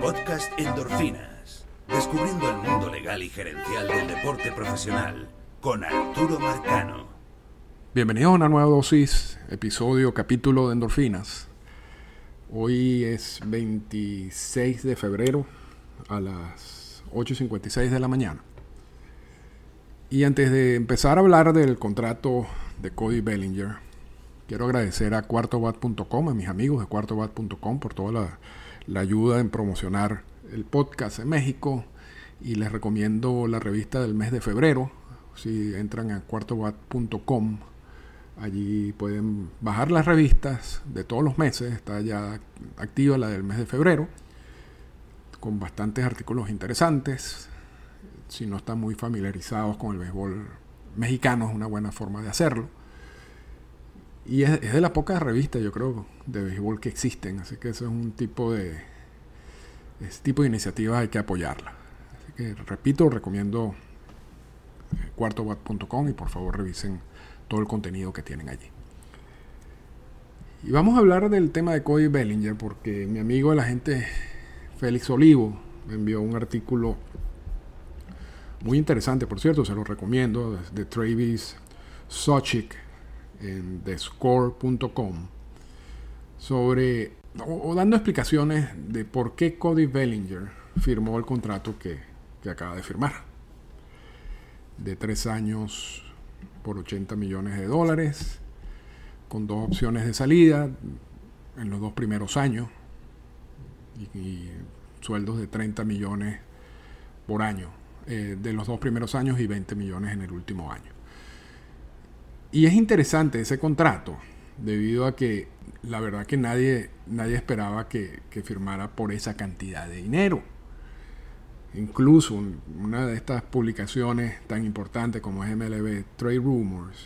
Podcast Endorfinas. Descubriendo el mundo legal y gerencial del deporte profesional con Arturo Marcano. Bienvenidos a una nueva dosis, capítulo de Endorfinas. Hoy es 26 de febrero a las 8:56 de la mañana. Y antes de empezar a hablar del contrato de Cody Bellinger, quiero agradecer a cuartobat.com, a mis amigos de cuartobat.com por toda la ayuda en promocionar el podcast en México, y les recomiendo la revista del mes de febrero. Si entran a cuartobat.com, allí pueden bajar las revistas de todos los meses. Está ya activa la del mes de febrero, con bastantes artículos interesantes. Si no están muy familiarizados con el béisbol mexicano, es una buena forma de hacerlo. Y es de las pocas revistas, yo creo, de béisbol que existen. Así que eso es un tipo de... Ese tipo de iniciativas hay que apoyarla. Así que, repito, recomiendo cuartobat.com y por favor revisen todo el contenido que tienen allí. Y vamos a hablar del tema de Cody Bellinger, porque mi amigo el agente Félix Olivo me envió un artículo muy interesante, por cierto, se lo recomiendo, de Travis Sawchik en thescore.com, sobre, o dando explicaciones de por qué Cody Bellinger firmó el contrato que acaba de firmar, de 3 años por $80 millones, con 2 opciones de salida en los 2 primeros años y sueldos de 30 millones por año de los 2 primeros años y 20 millones en el último año. Y es interesante ese contrato, debido a que la verdad que nadie esperaba que firmara por esa cantidad de dinero. Incluso una de estas publicaciones tan importantes como es MLB Trade Rumors,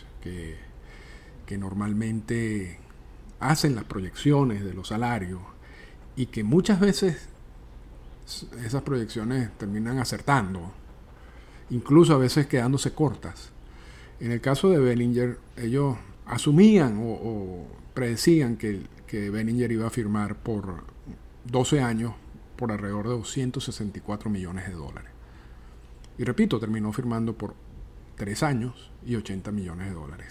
que normalmente hacen las proyecciones de los salarios y que muchas veces esas proyecciones terminan acertando, incluso a veces quedándose cortas. En el caso de Bellinger, ellos asumían o predecían que Bellinger iba a firmar por 12 años por alrededor de $264 millones. Y repito, terminó firmando por 3 años y $80 millones,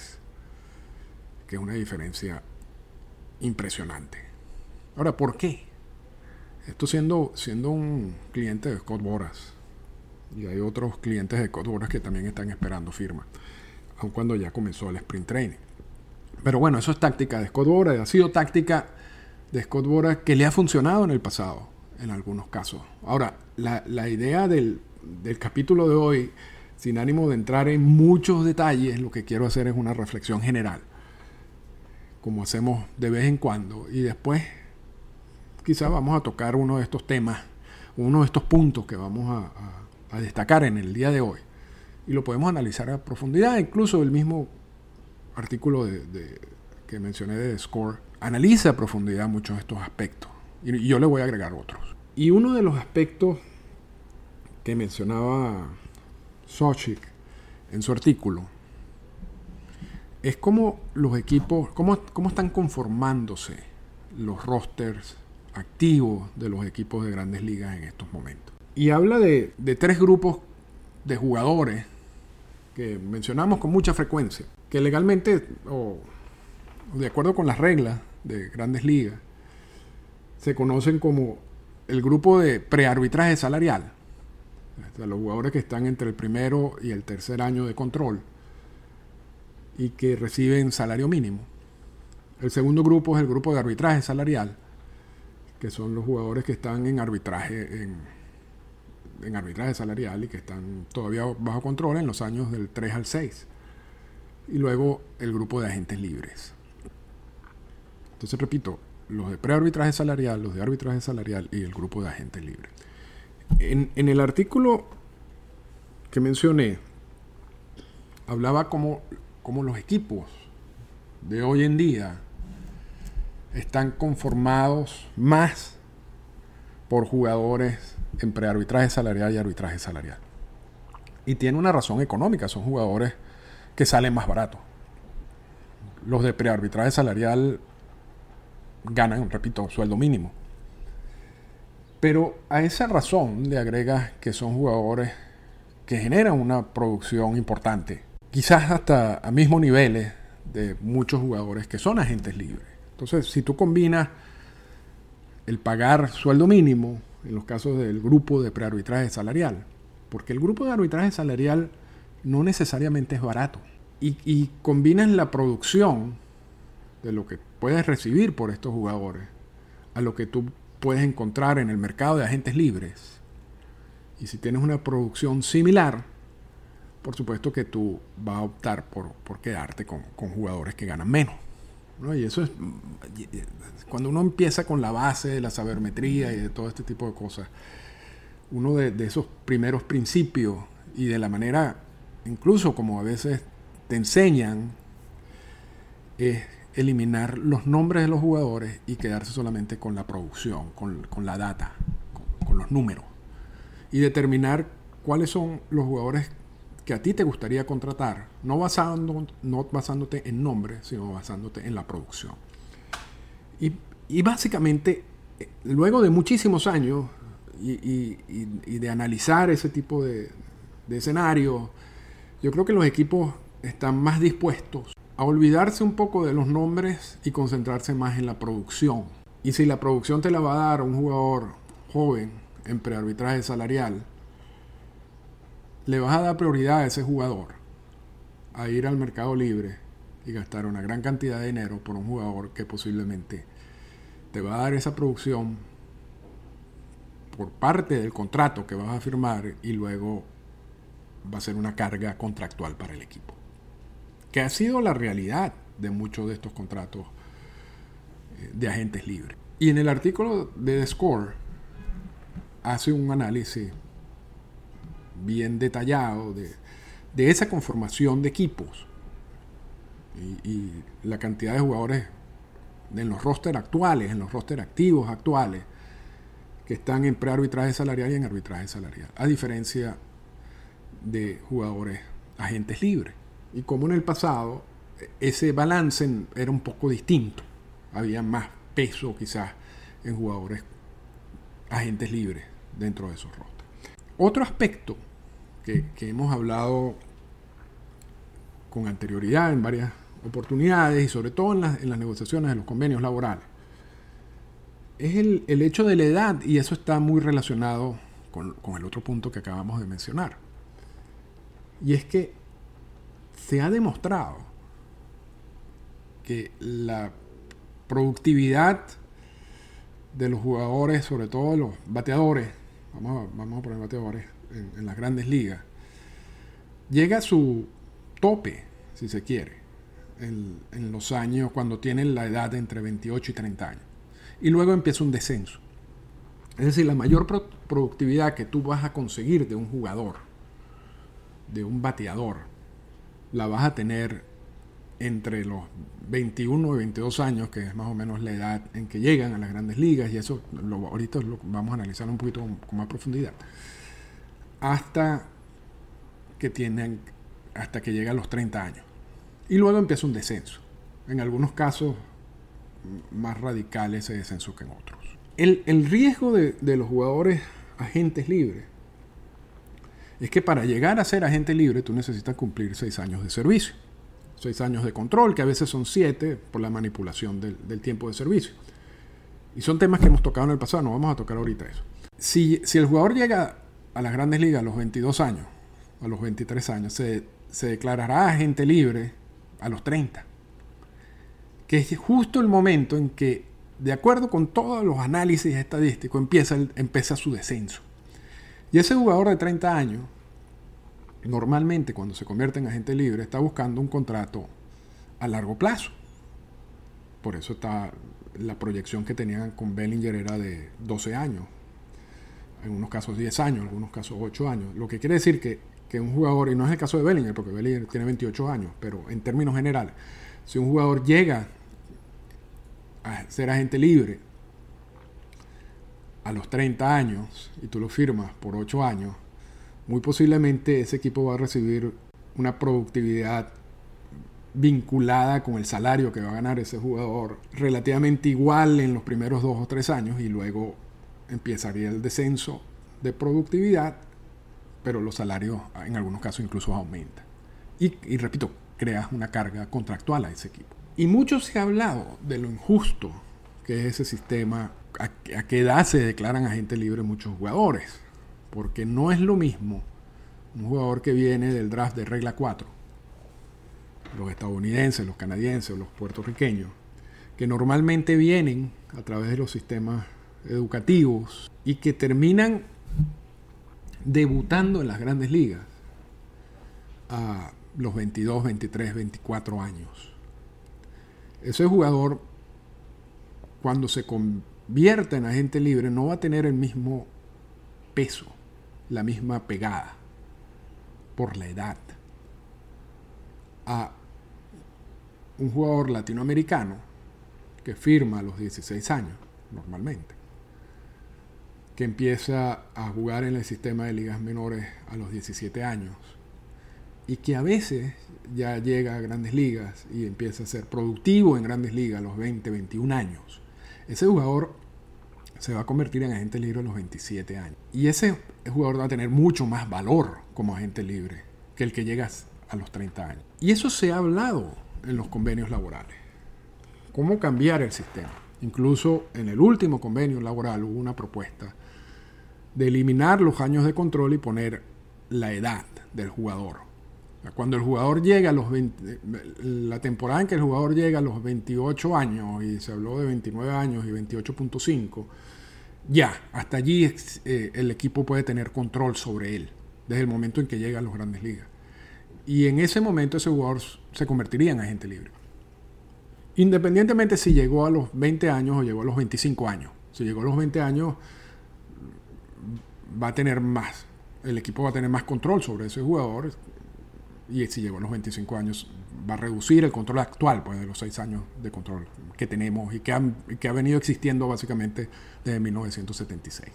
que es una diferencia impresionante. Ahora, ¿por qué? Esto siendo un cliente de Scott Boras, y hay otros clientes de Scott Boras que también están esperando firma, aun cuando ya comenzó el sprint training. Pero bueno, eso es táctica de Scott Boras, ha sido táctica de Scott Boras que le ha funcionado en el pasado, en algunos casos. Ahora, la idea del capítulo de hoy, sin ánimo de entrar en muchos detalles, lo que quiero hacer es una reflexión general, como hacemos de vez en cuando, y después quizás vamos a tocar uno de estos temas, uno de estos puntos que vamos a destacar en el día de hoy, y lo podemos analizar a profundidad. Incluso el mismo artículo que mencioné de The Score analiza a profundidad muchos de estos aspectos, y yo le voy a agregar otros. Y uno de los aspectos que mencionaba Sawchik en su artículo es cómo los equipos, cómo están conformándose los rosters activos de los equipos de Grandes Ligas en estos momentos. Y habla de 3 grupos de jugadores que mencionamos con mucha frecuencia, que legalmente o de acuerdo con las reglas de Grandes Ligas se conocen como el grupo de prearbitraje salarial. O sea, los jugadores que están entre el primero y el tercer año de control y que reciben salario mínimo. El segundo grupo es el grupo de arbitraje salarial, que son los jugadores que están en arbitraje salarial y que están todavía bajo control en los años del 3 al 6. Y luego el grupo de agentes libres. Entonces, repito, los de prearbitraje salarial, los de arbitraje salarial y el grupo de agentes libres. En el artículo que mencioné, hablaba como los equipos de hoy en día están conformados más por jugadores en prearbitraje salarial y arbitraje salarial. Y tiene una razón económica, son jugadores que salen más baratos. Los de prearbitraje salarial ganan, repito, sueldo mínimo. Pero a esa razón le agregas que son jugadores que generan una producción importante, quizás hasta a mismos niveles de muchos jugadores que son agentes libres. Entonces, si tú combinas el pagar sueldo mínimo en los casos del grupo de prearbitraje salarial, porque el grupo de arbitraje salarial no necesariamente es barato, y combinas la producción de lo que puedes recibir por estos jugadores a lo que tú puedes encontrar en el mercado de agentes libres, y si tienes una producción similar, por supuesto que tú vas a optar por quedarte con jugadores que ganan menos, ¿no? Y eso es cuando uno empieza con la base de la sabermetría y de todo este tipo de cosas, uno de esos primeros principios y de la manera incluso como a veces te enseñan es eliminar los nombres de los jugadores y quedarse solamente con la producción, con la data, con los números, y determinar cuáles son los jugadores que a ti te gustaría contratar, no basándote en nombres, sino basándote en la producción. Y básicamente, luego de muchísimos años y de analizar ese tipo de escenarios, yo creo que los equipos están más dispuestos a olvidarse un poco de los nombres y concentrarse más en la producción. Y si la producción te la va a dar un jugador joven en prearbitraje salarial, le vas a dar prioridad a ese jugador a ir al mercado libre y gastar una gran cantidad de dinero por un jugador que posiblemente te va a dar esa producción por parte del contrato que vas a firmar, y luego va a ser una carga contractual para el equipo, que ha sido la realidad de muchos de estos contratos de agentes libres. Y en el artículo de The Score hace un análisis bien detallado de esa conformación de equipos y la cantidad de jugadores en los roster actuales, en los roster activos actuales, que están en prearbitraje salarial y en arbitraje salarial, a diferencia de jugadores agentes libres. Y como en el pasado ese balance era un poco distinto, había más peso quizás en jugadores agentes libres dentro de esos rosters. Otro aspecto que hemos hablado con anterioridad en varias oportunidades, y sobre todo en las negociaciones de los convenios laborales, es el hecho de la edad, y eso está muy relacionado con el otro punto que acabamos de mencionar. Y es que se ha demostrado que la productividad de los jugadores, sobre todo de los bateadores, vamos a poner bateadores en las grandes ligas, llega a su tope, si se quiere, en los años cuando tienen la edad de entre 28 y 30 años. Y luego empieza un descenso. Es decir, la mayor productividad que tú vas a conseguir de un jugador, de un bateador, la vas a tener entre los 21 y 22 años, que es más o menos la edad en que llegan a las grandes ligas, y eso ahorita lo vamos a analizar un poquito con más profundidad, hasta que llega a los 30 años. Y luego empieza un descenso. En algunos casos más radical ese descenso que en otros. El riesgo de los jugadores agentes libres es que para llegar a ser agente libre tú necesitas cumplir 6 años de servicio, 6 años de control, que a veces son 7 por la manipulación del tiempo de servicio. Y son temas que hemos tocado en el pasado, no vamos a tocar ahorita eso. Si el jugador llega a las grandes ligas a los 22 años, a los 23 años, se declarará agente libre a los 30. Que es justo el momento en que, de acuerdo con todos los análisis estadísticos, empieza su descenso. Y ese jugador de 30 años, normalmente cuando se convierte en agente libre, está buscando un contrato a largo plazo. Por eso está la proyección que tenían con Bellinger era de 12 años. En unos casos 10 años, en algunos casos 8 años. Lo que quiere decir que un jugador, y no es el caso de Bellinger, porque Bellinger tiene 28 años, pero en términos generales, si un jugador llega a ser agente libre a los 30 años y tú lo firmas por 8 años, muy posiblemente ese equipo va a recibir una productividad vinculada con el salario que va a ganar ese jugador relativamente igual en los primeros 2 o 3 años, y luego empezaría el descenso de productividad, pero los salarios en algunos casos incluso aumentan. Y repito, creas una carga contractual a ese equipo. Y mucho se ha hablado de lo injusto que es ese sistema, a qué edad se declaran agentes libres muchos jugadores. Porque no es lo mismo un jugador que viene del draft de regla 4, los estadounidenses, los canadienses, los puertorriqueños, que normalmente vienen a través de los sistemas educativos y que terminan debutando en las grandes ligas a los 22, 23, 24 años. Ese jugador, cuando se convierte en agente libre, no va a tener el mismo peso, la misma pegada por la edad a un jugador latinoamericano que firma a los 16 años normalmente, que empieza a jugar en el sistema de ligas menores a los 17 años y que a veces ya llega a grandes ligas y empieza a ser productivo en grandes ligas a los 20, 21 años. Ese jugador se va a convertir en agente libre a los 27 años. Y ese jugador va a tener mucho más valor como agente libre que el que llega a los 30 años. Y eso se ha hablado en los convenios laborales. ¿Cómo cambiar el sistema? Incluso en el último convenio laboral hubo una propuesta de eliminar los años de control y poner la edad del jugador. Cuando el jugador llega a los 20, la temporada en que el jugador llega a los 28 años, y se habló de 29 años y 28.5, ya, hasta allí el equipo puede tener control sobre él, desde el momento en que llega a las grandes ligas. Y en ese momento ese jugador se convertiría en agente libre. Independientemente si llegó a los 20 años o llegó a los 25 años. Si llegó a los 20 años, va a tener más. El equipo va a tener más control sobre ese jugador. Y si llegó a los 25 años, va a reducir el control actual, pues, de los 6 años de control que tenemos y que ha venido existiendo básicamente desde 1976.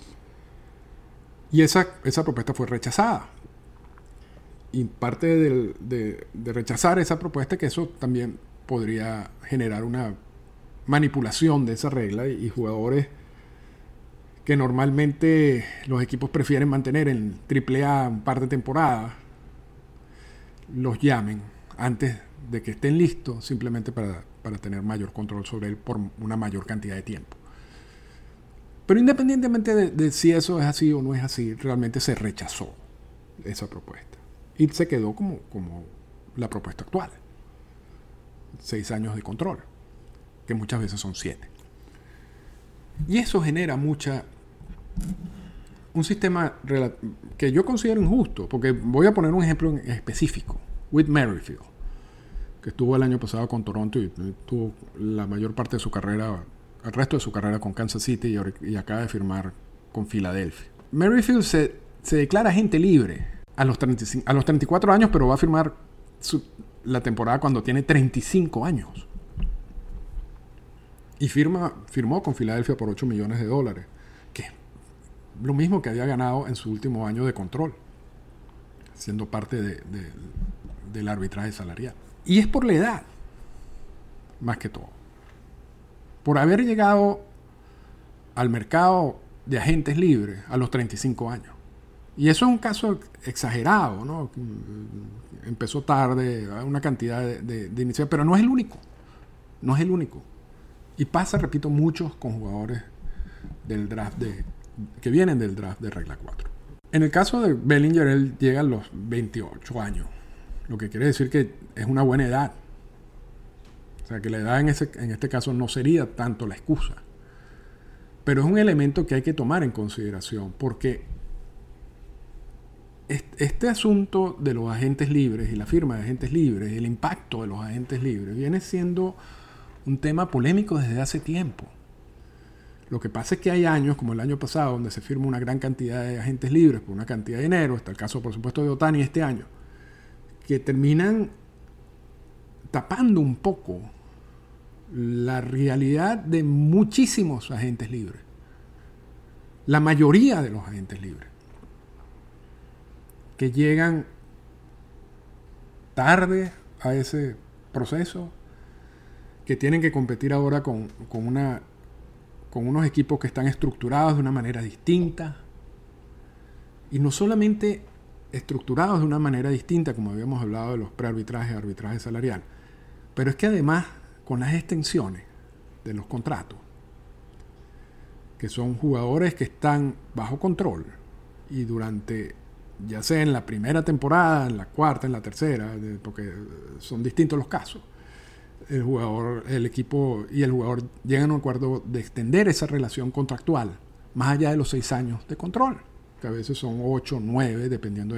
Y esa propuesta fue rechazada. Y parte de rechazar esa propuesta, que eso también podría generar una manipulación de esa regla y jugadores que normalmente los equipos prefieren mantener en AAA un par de temporadas, los llamen antes de que estén listos, simplemente para tener mayor control sobre él por una mayor cantidad de tiempo. Pero independientemente de si eso es así o no es así, realmente se rechazó esa propuesta y se quedó como la propuesta actual: 6 años de control, que muchas veces son 7. Y eso genera un sistema que yo considero injusto, porque voy a poner un ejemplo específico. Whit Merrifield, que estuvo el año pasado con Toronto y tuvo la mayor parte de su carrera, el resto de su carrera con Kansas City y acaba de firmar con Filadelfia. Merrifield se declara agente libre a los 34 años, pero va a firmar la temporada cuando tiene 35 años. Y firmó con Filadelfia por $8 millones, que es lo mismo que había ganado en su último año de control, siendo parte del arbitraje salarial. Y es por la edad, más que todo. Por haber llegado al mercado de agentes libres a los 35 años. Y eso es un caso exagerado, ¿no? Empezó tarde, hay una cantidad de iniciativas, pero no es el único. No es el único. Y pasa, repito, muchos con jugadores del draft que vienen del draft de regla 4. En el caso de Bellinger, él llega a los 28 años, lo que quiere decir que es una buena edad. O sea, que la edad en este caso no sería tanto la excusa. Pero es un elemento que hay que tomar en consideración, porque este asunto de los agentes libres y la firma de agentes libres, el impacto de los agentes libres, viene siendo un tema polémico desde hace tiempo. Lo que pasa es que hay años, como el año pasado, donde se firma una gran cantidad de agentes libres por una cantidad de dinero. Está el caso, por supuesto, de Ohtani este año, que terminan tapando un poco la realidad de muchísimos agentes libres. La mayoría de los agentes libres, que llegan tarde a ese proceso, que tienen que competir ahora con una con unos equipos que están estructurados de una manera distinta. Y no solamente estructurados de una manera distinta, como habíamos hablado de los prearbitrajes, arbitraje salarial, pero es que además con las extensiones de los contratos, que son jugadores que están bajo control y durante, ya sea en la primera temporada, en la cuarta, en la tercera, porque son distintos los casos, el jugador, el equipo y el jugador llegan a un acuerdo de extender esa relación contractual más allá de los 6 años de control, que a veces son 8, 9, dependiendo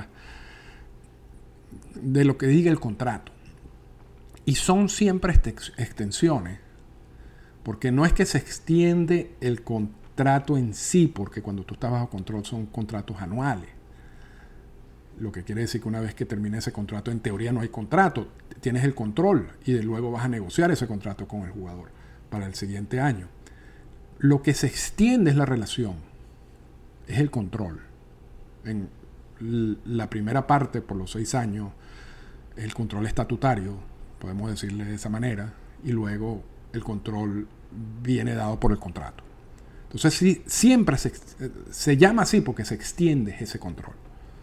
de lo que diga el contrato. Y son siempre extensiones, porque no es que se extiende el contrato en sí, porque cuando tú estás bajo control son contratos anuales. Lo que quiere decir que una vez que termine ese contrato, en teoría no hay contrato, tienes el control y de luego vas a negociar ese contrato con el jugador para el siguiente año. Lo que se extiende es la relación, es el control. En la primera parte, por los 6 años, el control estatutario, podemos decirle de esa manera, y luego el control viene dado por el contrato. Entonces sí, siempre se llama así porque se extiende ese control.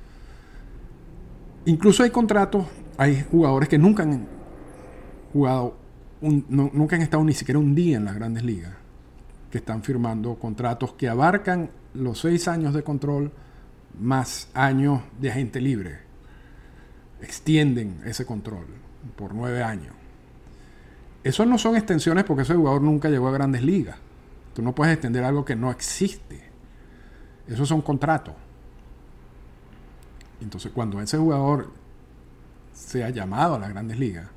Incluso hay contratos, hay jugadores que nunca han jugado, nunca han estado ni siquiera un día en las grandes ligas, que están firmando contratos que abarcan los 6 años de control más años de agente libre. Extienden ese control por 9 años. Eso no son extensiones porque ese jugador nunca llegó a grandes ligas. Tú no puedes extender algo que no existe. Esos son contratos. Entonces, cuando ese jugador sea llamado a las grandes ligas,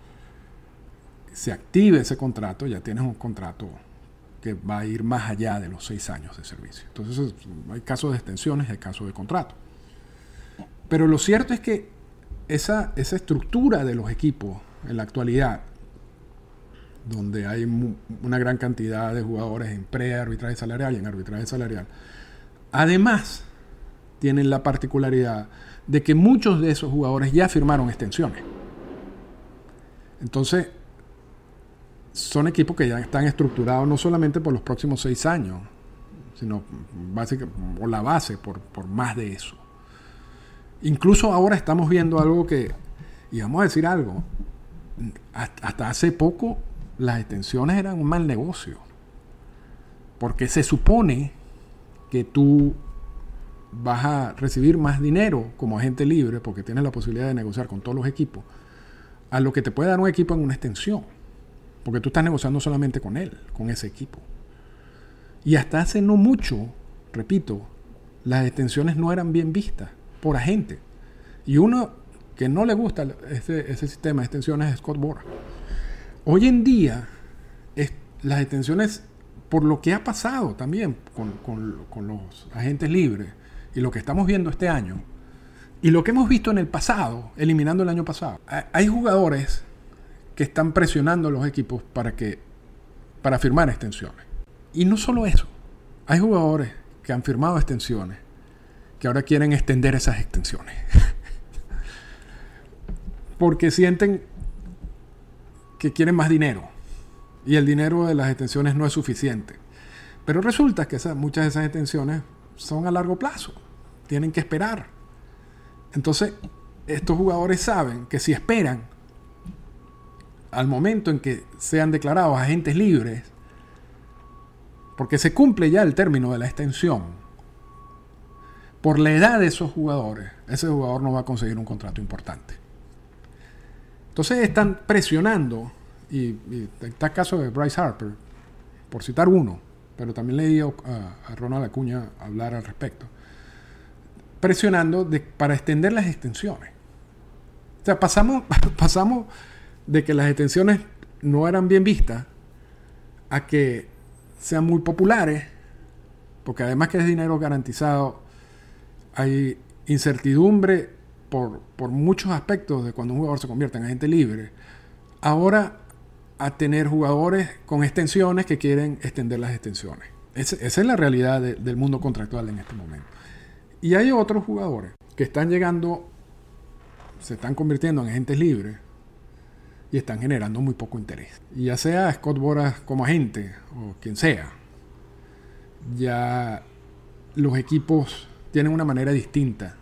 se active ese contrato, ya tienes un contrato que va a ir más allá de los 6 años de servicio. Entonces, hay casos de extensiones y hay casos de contrato. Pero lo cierto es que esa estructura de los equipos en la actualidad, donde hay una gran cantidad de jugadores en pre-arbitraje salarial y en arbitraje salarial, además tienen la particularidad de que muchos de esos jugadores ya firmaron extensiones. Entonces, son equipos que ya están estructurados no solamente por los próximos 6 años, sino por la base, por más de eso. Incluso ahora estamos viendo algo que, y vamos a decir algo, hasta hace poco las extensiones eran un mal negocio, porque se supone que tú vas a recibir más dinero como agente libre, porque tienes la posibilidad de negociar con todos los equipos, a lo que te puede dar un equipo en una extensión, porque tú estás negociando solamente con él, con ese equipo. Y hasta hace no mucho, repito, las extensiones no eran bien vistas por agente. Y uno que no le gusta ese sistema de extensiones es Scott Boras. Hoy en día, las extensiones, por lo que ha pasado también con los agentes libres y lo que estamos viendo este año, y lo que hemos visto en el pasado, eliminando el año pasado, hay jugadores que están presionando a los equipos para firmar extensiones. Y no solo eso, hay jugadores que han firmado extensiones que ahora quieren extender esas extensiones porque sienten que quieren más dinero y el dinero de las extensiones no es suficiente. Pero resulta que muchas de esas extensiones son a largo plazo, tienen que esperar. Entonces estos jugadores saben que si esperan al momento en que sean declarados agentes libres, porque se cumple ya el término de la extensión, por la edad de esos jugadores, ese jugador no va a conseguir un contrato importante. Entonces están presionando, y está el caso de Bryce Harper, por citar uno, pero también leí a Ronald Acuña hablar al respecto, presionando para extender las extensiones. O sea, pasamos de que las extensiones no eran bien vistas a que sean muy populares, porque además que es dinero garantizado, hay incertidumbre por muchos aspectos de cuando un jugador se convierte en agente libre. Ahora a tener jugadores con extensiones que quieren extender las extensiones. Esa es la realidad del mundo contractual en este momento. Y hay otros jugadores que están llegando, se están convirtiendo en agentes libres y están generando muy poco interés. Y ya sea Scott Boras como agente o quien sea, ya los equipos tienen una manera distinta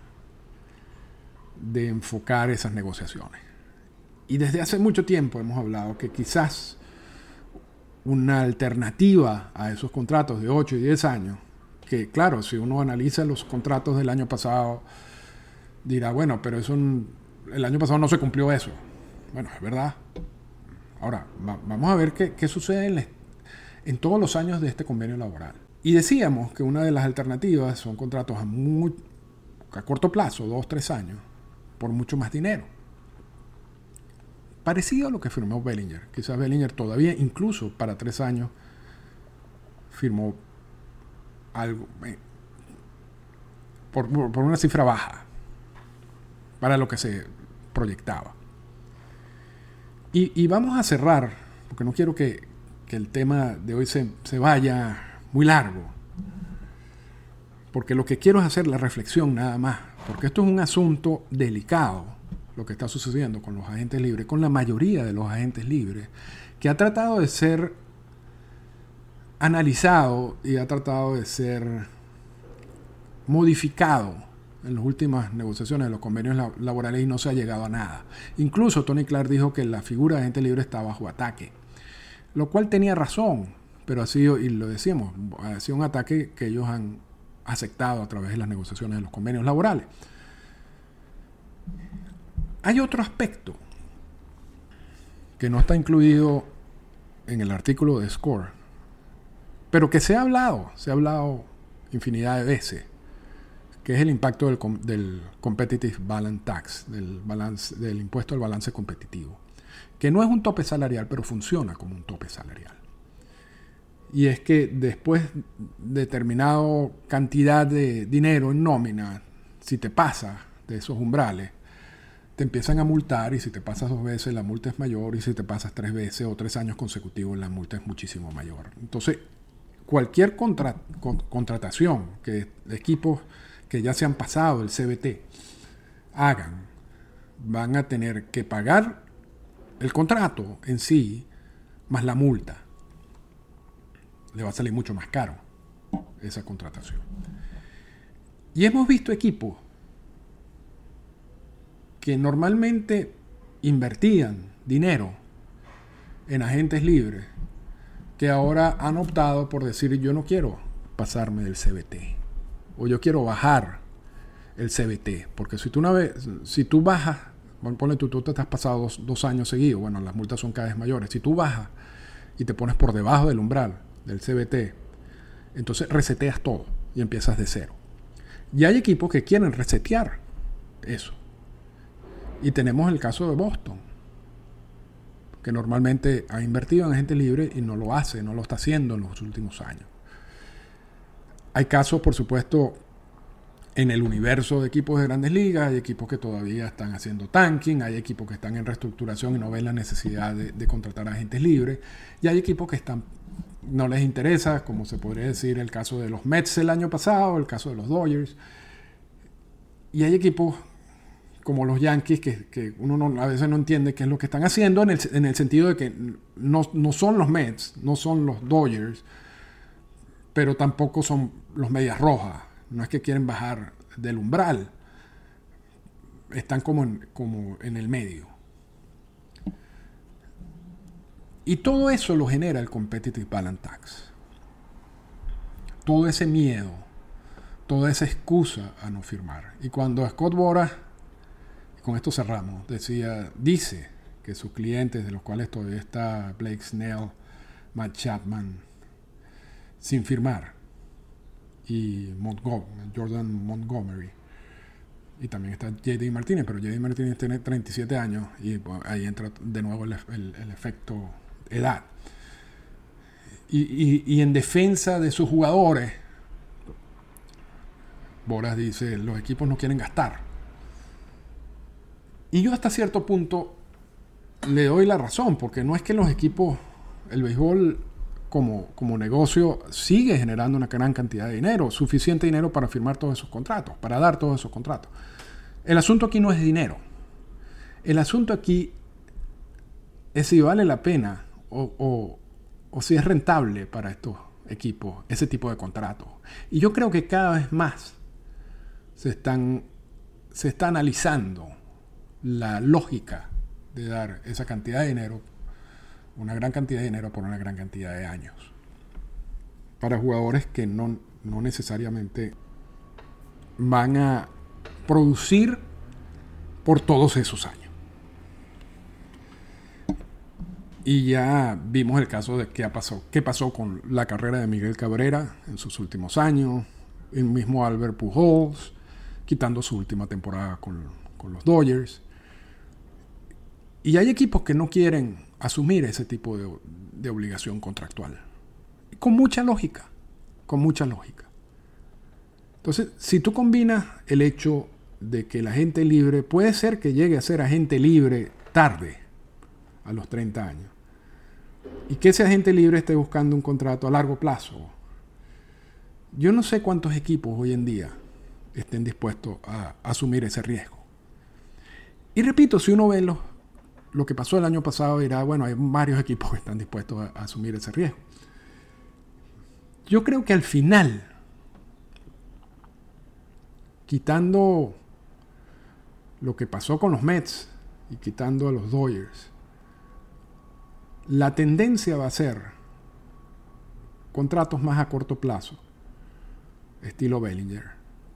de enfocar esas negociaciones. Y desde hace mucho tiempo hemos hablado que quizás una alternativa a esos contratos de 8 y 10 años, que claro, si uno analiza los contratos del año pasado, dirá, bueno, pero el año pasado no se cumplió eso. Bueno, es verdad. Ahora, vamos a ver qué sucede en todos los años de este convenio laboral. Y decíamos que una de las alternativas son contratos a corto plazo, 2-3 años, por mucho más dinero. Parecido a lo que firmó Bellinger. Quizás Bellinger todavía, incluso para 3 años, firmó algo por una cifra baja para lo que se proyectaba. Y vamos a cerrar, porque no quiero que el tema de hoy se vaya muy largo, porque lo que quiero es hacer la reflexión nada más, porque esto es un asunto delicado, lo que está sucediendo con los agentes libres, con la mayoría de los agentes libres, que ha tratado de ser analizado y ha tratado de ser modificado en las últimas negociaciones de los convenios laborales y no se ha llegado a nada. Incluso Tony Clark dijo que la figura de agente libre está bajo ataque, lo cual tenía razón, pero ha sido, y lo decíamos, ha sido un ataque que ellos han aceptado a través de las negociaciones de los convenios laborales. Hay otro aspecto que no está incluido en el artículo de SCORE, pero que se ha hablado infinidad de veces, que es el impacto del Competitive Balance Tax, del impuesto al balance competitivo, que no es un tope salarial, pero funciona como un tope salarial. Y es que después de determinada cantidad de dinero en nómina, si te pasas de esos umbrales, te empiezan a multar, y si te pasas 2 veces la multa es mayor, y si te pasas 3 veces o 3 años consecutivos la multa es muchísimo mayor. Entonces, cualquier contratación que equipos que ya se han pasado el CBT hagan, van a tener que pagar el contrato en sí más la multa. Le va a salir mucho más caro esa contratación. Y hemos visto equipos que normalmente invertían dinero en agentes libres, que ahora han optado por decir, yo no quiero pasarme del CBT, o yo quiero bajar el CBT, porque si tú bajas, ponle tú te has pasado 2 años seguidos, bueno, las multas son cada vez mayores, si tú bajas y te pones por debajo del umbral del CBT, entonces reseteas todo y empiezas de cero. Y hay equipos que quieren resetear eso. Y tenemos el caso de Boston, que normalmente ha invertido en agentes libres y no lo está haciendo en los últimos años. Hay casos, por supuesto, en el universo de equipos de grandes ligas, hay equipos que todavía están haciendo tanking, hay equipos que están en reestructuración y no ven la necesidad de contratar agentes libres, y hay equipos que no les interesa, como se podría decir el caso de los Mets el año pasado, el caso de los Dodgers, y hay equipos como los Yankees que uno a veces no entiende qué es lo que están haciendo, en el sentido de que no son los Mets, no son los Dodgers, pero tampoco son los Medias Rojas. No es que quieren bajar del umbral, están como en el medio. Y todo eso lo genera el Competitive Balance Tax. Todo ese miedo, toda esa excusa a no firmar. Y cuando Scott Boras, con esto cerramos, dice que sus clientes, de los cuales todavía está Blake Snell, Matt Chapman, sin firmar, y Jordan Montgomery, y también está J.D. Martínez, pero J.D. Martínez tiene 37 años y pues, ahí entra de nuevo el efecto edad. Y en defensa de sus jugadores, Boras dice, los equipos no quieren gastar. Y yo hasta cierto punto le doy la razón, porque no es que los equipos, el béisbol como negocio sigue generando una gran cantidad de dinero, suficiente dinero para firmar todos esos contratos, para dar todos esos contratos. El asunto aquí no es dinero. El asunto aquí es si vale la pena o si es rentable para equipos ese tipo de contratos. Y yo creo que cada vez más se está analizando la lógica de dar esa cantidad de dinero, una gran cantidad de dinero por una gran cantidad de años, para jugadores que no necesariamente van a producir por todos esos años. Y ya vimos el caso de qué pasó con la carrera de Miguel Cabrera en sus últimos años, el mismo Albert Pujols quitando su última temporada con los Dodgers. Y hay equipos que no quieren asumir ese tipo de obligación contractual. Con mucha lógica. Entonces, si tú combinas el hecho de que el agente libre puede ser que llegue a ser agente libre tarde, a los 30 años, y que ese agente libre esté buscando un contrato a largo plazo, yo no sé cuántos equipos hoy en día estén dispuestos a asumir ese riesgo. Y repito, si uno ve lo que pasó el año pasado, dirá, bueno, hay varios equipos que están dispuestos a asumir ese riesgo. Yo creo que al final, quitando lo que pasó con los Mets y quitando a los Dodgers, la tendencia va a ser contratos más a corto plazo, estilo Bellinger.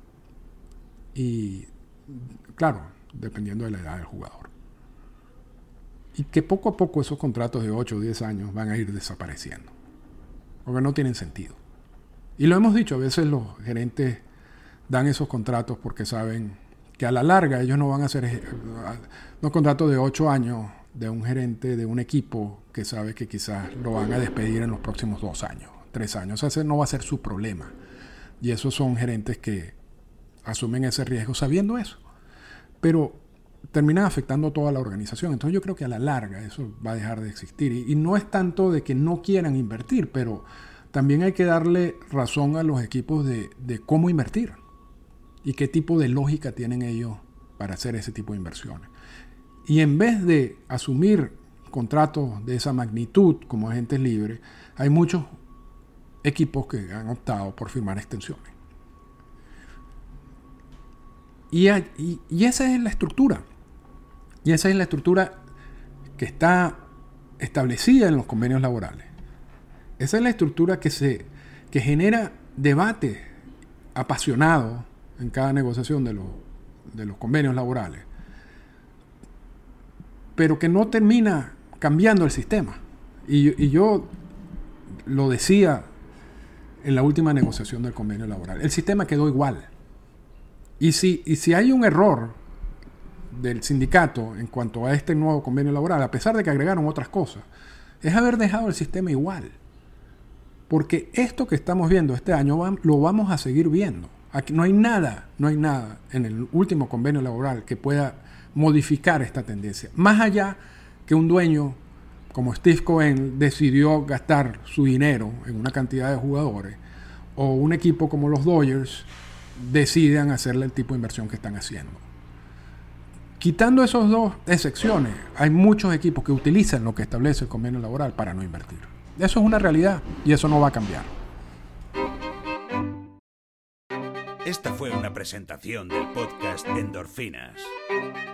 Y claro, dependiendo de la edad del jugador. Y que poco a poco esos contratos de 8 o 10 años van a ir desapareciendo, porque no tienen sentido. Y lo hemos dicho, a veces los gerentes dan esos contratos porque saben que a la larga ellos no van a hacer unos contratos de 8 años de un gerente de un equipo que sabe que quizás lo van a despedir en los próximos 2 años, 3 años. Ese no va a ser su problema. Y esos son gerentes que asumen ese riesgo sabiendo eso. Pero terminan afectando a toda la organización. Entonces yo creo que a la larga eso va a dejar de existir. Y no es tanto de que no quieran invertir, pero también hay que darle razón a los equipos de cómo invertir y qué tipo de lógica tienen ellos para hacer ese tipo de inversiones. Y en vez de asumir contratos de esa magnitud como agentes libres, hay muchos equipos que han optado por firmar extensiones. Y esa es la estructura. Y esa es la estructura que está establecida en los convenios laborales. Esa es la estructura que genera debate apasionado en cada negociación de los convenios laborales, pero que no termina cambiando el sistema. Y yo lo decía en la última negociación del convenio laboral. El sistema quedó igual. Y si hay un error del sindicato en cuanto a este nuevo convenio laboral, a pesar de que agregaron otras cosas, es haber dejado el sistema igual. Porque esto que estamos viendo este año lo vamos a seguir viendo. Aquí no hay nada en el último convenio laboral que pueda modificar esta tendencia. Más allá que un dueño como Steve Cohen decidió gastar su dinero en una cantidad de jugadores, o un equipo como los Dodgers decidan hacerle el tipo de inversión que están haciendo. Quitando esas dos excepciones, hay muchos equipos que utilizan lo que establece el convenio laboral para no invertir. Eso es una realidad y eso no va a cambiar. Esta fue una presentación del podcast Endorfinas.